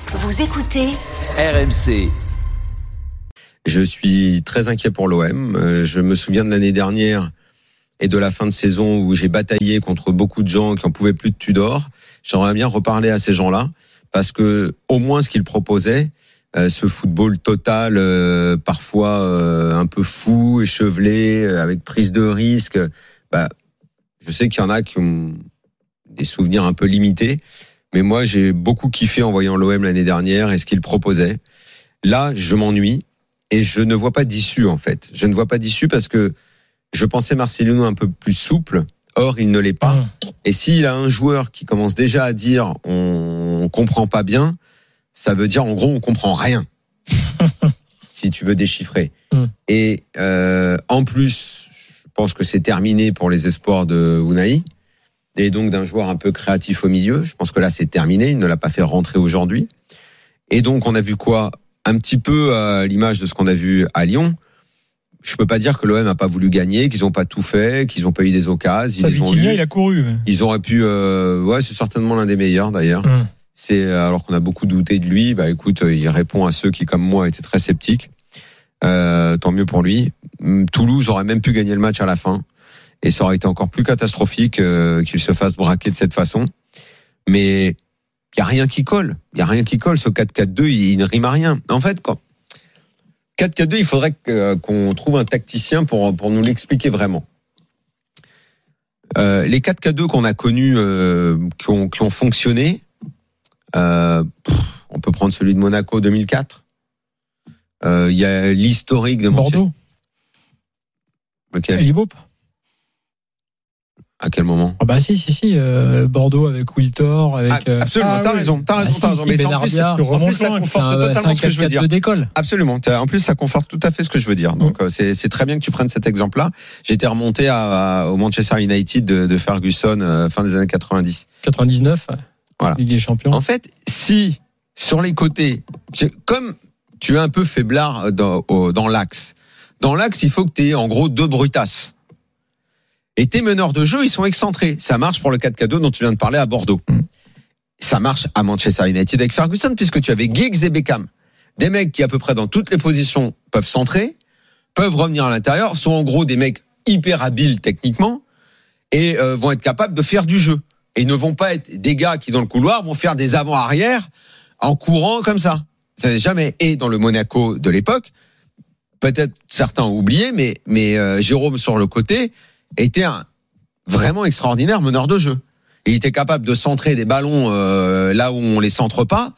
Vous écoutez RMC. Je suis très inquiet pour l'OM. Je me souviens de l'année dernière et de la fin de saison où j'ai bataillé contre beaucoup de gens qui en pouvaient plus de Tudor. J'aimerais bien reparler à ces gens-là parce que au moins ce qu'ils proposaient, ce football total, parfois un peu fou, échevelé, avec prise de risque. Je sais qu'il y en a qui ont des souvenirs un peu limités, mais moi j'ai beaucoup kiffé en voyant l'OM l'année dernière et ce qu'ils proposaient. Là, je m'ennuie et je ne vois pas d'issue en fait. Je ne vois pas d'issue parce que je pensais Marcelino un peu plus souple. Or, il ne l'est pas. Et s'il a un joueur qui commence déjà à dire on comprend pas bien, ça veut dire en gros on comprend rien. Si tu veux déchiffrer. Et en plus, je pense que c'est terminé pour les espoirs de Unai et donc d'un joueur un peu créatif au milieu. Je pense que là c'est terminé. Il ne l'a pas fait rentrer aujourd'hui. Et donc on a vu quoi ? Un petit peu à l'image de ce qu'on a vu à Lyon. Je peux pas dire que l'OM a pas voulu gagner, qu'ils ont pas tout fait, qu'ils ont pas eu des occasions. Vitinha, il a couru. Ils auraient pu. C'est certainement l'un des meilleurs d'ailleurs. C'est alors qu'on a beaucoup douté de lui. Écoute, il répond à ceux qui, comme moi, étaient très sceptiques. Tant mieux pour lui. Toulouse aurait même pu gagner le match à la fin, et ça aurait été encore plus catastrophique qu'il se fasse braquer de cette façon. Mais il y a rien qui colle. Il y a rien qui colle. Ce 4-4-2, il ne rime à rien. En fait, quand 4-4-2, il faudrait qu'on trouve un tacticien pour nous l'expliquer vraiment. Les 4-4-2 qu'on a connus, qui ont fonctionné, on peut prendre celui de Monaco 2004. Il y a l'historique de Bordeaux. Lequel ? Elibop. À quel moment ? Si. Bordeaux avec Wiltor, avec. Absolument. T'as raison. Mais en plus, ça conforte totalement ce que je veux dire. Absolument. En plus, ça conforte tout à fait ce que je veux dire. Donc, c'est très bien que tu prennes cet exemple-là. J'étais remonté au Manchester United de Ferguson, fin des années 90. 99. Voilà. Ligue des Champions. En fait, si sur les côtés, comme tu es un peu faiblard dans l'axe, il faut que tu aies en gros deux brutasses. Et tes meneurs de jeu, ils sont excentrés. Ça marche pour le 4-4-2 dont tu viens de parler à Bordeaux. Ça marche à Manchester United avec Ferguson, puisque tu avais Giggs et Beckham. Des mecs qui, à peu près dans toutes les positions, peuvent centrer, peuvent revenir à l'intérieur, sont en gros des mecs hyper habiles techniquement, et vont être capables de faire du jeu. Et ne vont pas être des gars qui, dans le couloir, vont faire des avant-arrière en courant comme ça. Ça n'est jamais. Et dans le Monaco de l'époque, peut-être certains ont oublié, mais Jérôme sur le côté était un vraiment extraordinaire meneur de jeu. Il était capable de centrer des ballons là où on les centre pas,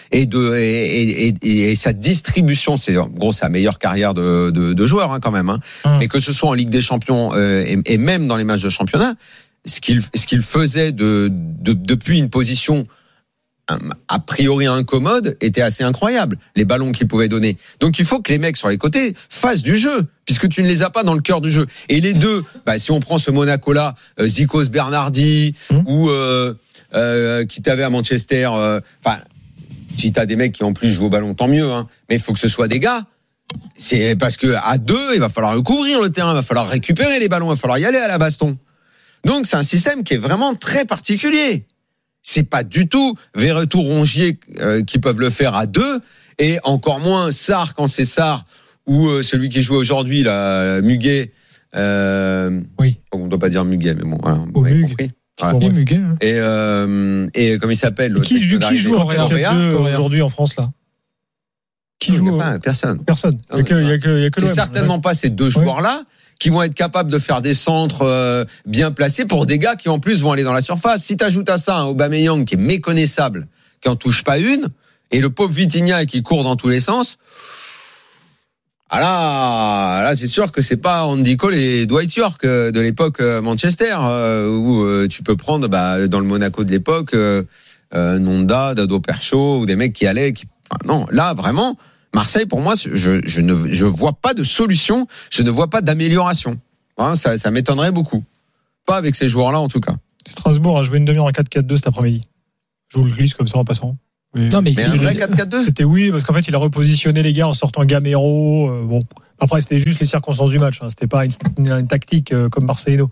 et sa distribution, c'est en gros sa meilleure carrière de joueur quand même. Mais que ce soit en Ligue des Champions et même dans les matchs de championnat, ce qu'il faisait depuis une position a priori incommode était assez incroyable, les ballons qu'il pouvait donner. Donc il faut que les mecs sur les côtés fassent du jeu, puisque tu ne les as pas dans le cœur du jeu. Et les deux, si on prend ce Monaco-là, Zikos Bernardi ou qui t'avait à Manchester, si t'as des mecs qui en plus jouent au ballon, tant mieux, mais il faut que ce soit des gars. C'est parce que à deux, il va falloir le couvrir le terrain, il va falloir récupérer les ballons, il va falloir y aller à la baston. Donc c'est un système qui est vraiment très particulier. C'est pas du tout Verretou, Rongier qui peuvent le faire à deux, et encore moins Sarr quand c'est Sarr, ou celui qui joue aujourd'hui là, Muguet. Oui. On doit pas dire Muguet, mais bon, voilà, vous avez compris. Ouais. Muguet. Et comme il s'appelle. Qui joue en Corée aujourd'hui en France là? Qui joue? Personne. Il y a que c'est certainement pas ces deux joueurs-là qui vont être capables de faire des centres bien placés pour des gars qui en plus vont aller dans la surface. Si tu ajoutes à ça un Aubameyang qui est méconnaissable, qui en touche pas une, et le pauvre Vitinha qui court dans tous les sens, là c'est sûr que c'est pas Andy Cole et Dwight York de l'époque Manchester, où tu peux prendre dans le Monaco de l'époque Nonda, Dado Percho, ou des mecs qui allaient... non, là vraiment... Marseille, pour moi, je ne vois pas de solution, je ne vois pas d'amélioration. Ça m'étonnerait beaucoup. Pas avec ces joueurs-là, en tout cas. Strasbourg a joué une demi-heure en 4-4-2 cet après-midi. Je vous le glisse comme ça en passant. Mais un vrai 4-4-2 ? C'était parce qu'en fait, il a repositionné les gars en sortant Gamero. Après, c'était juste les circonstances du match. C'était pas une tactique comme Marcelino.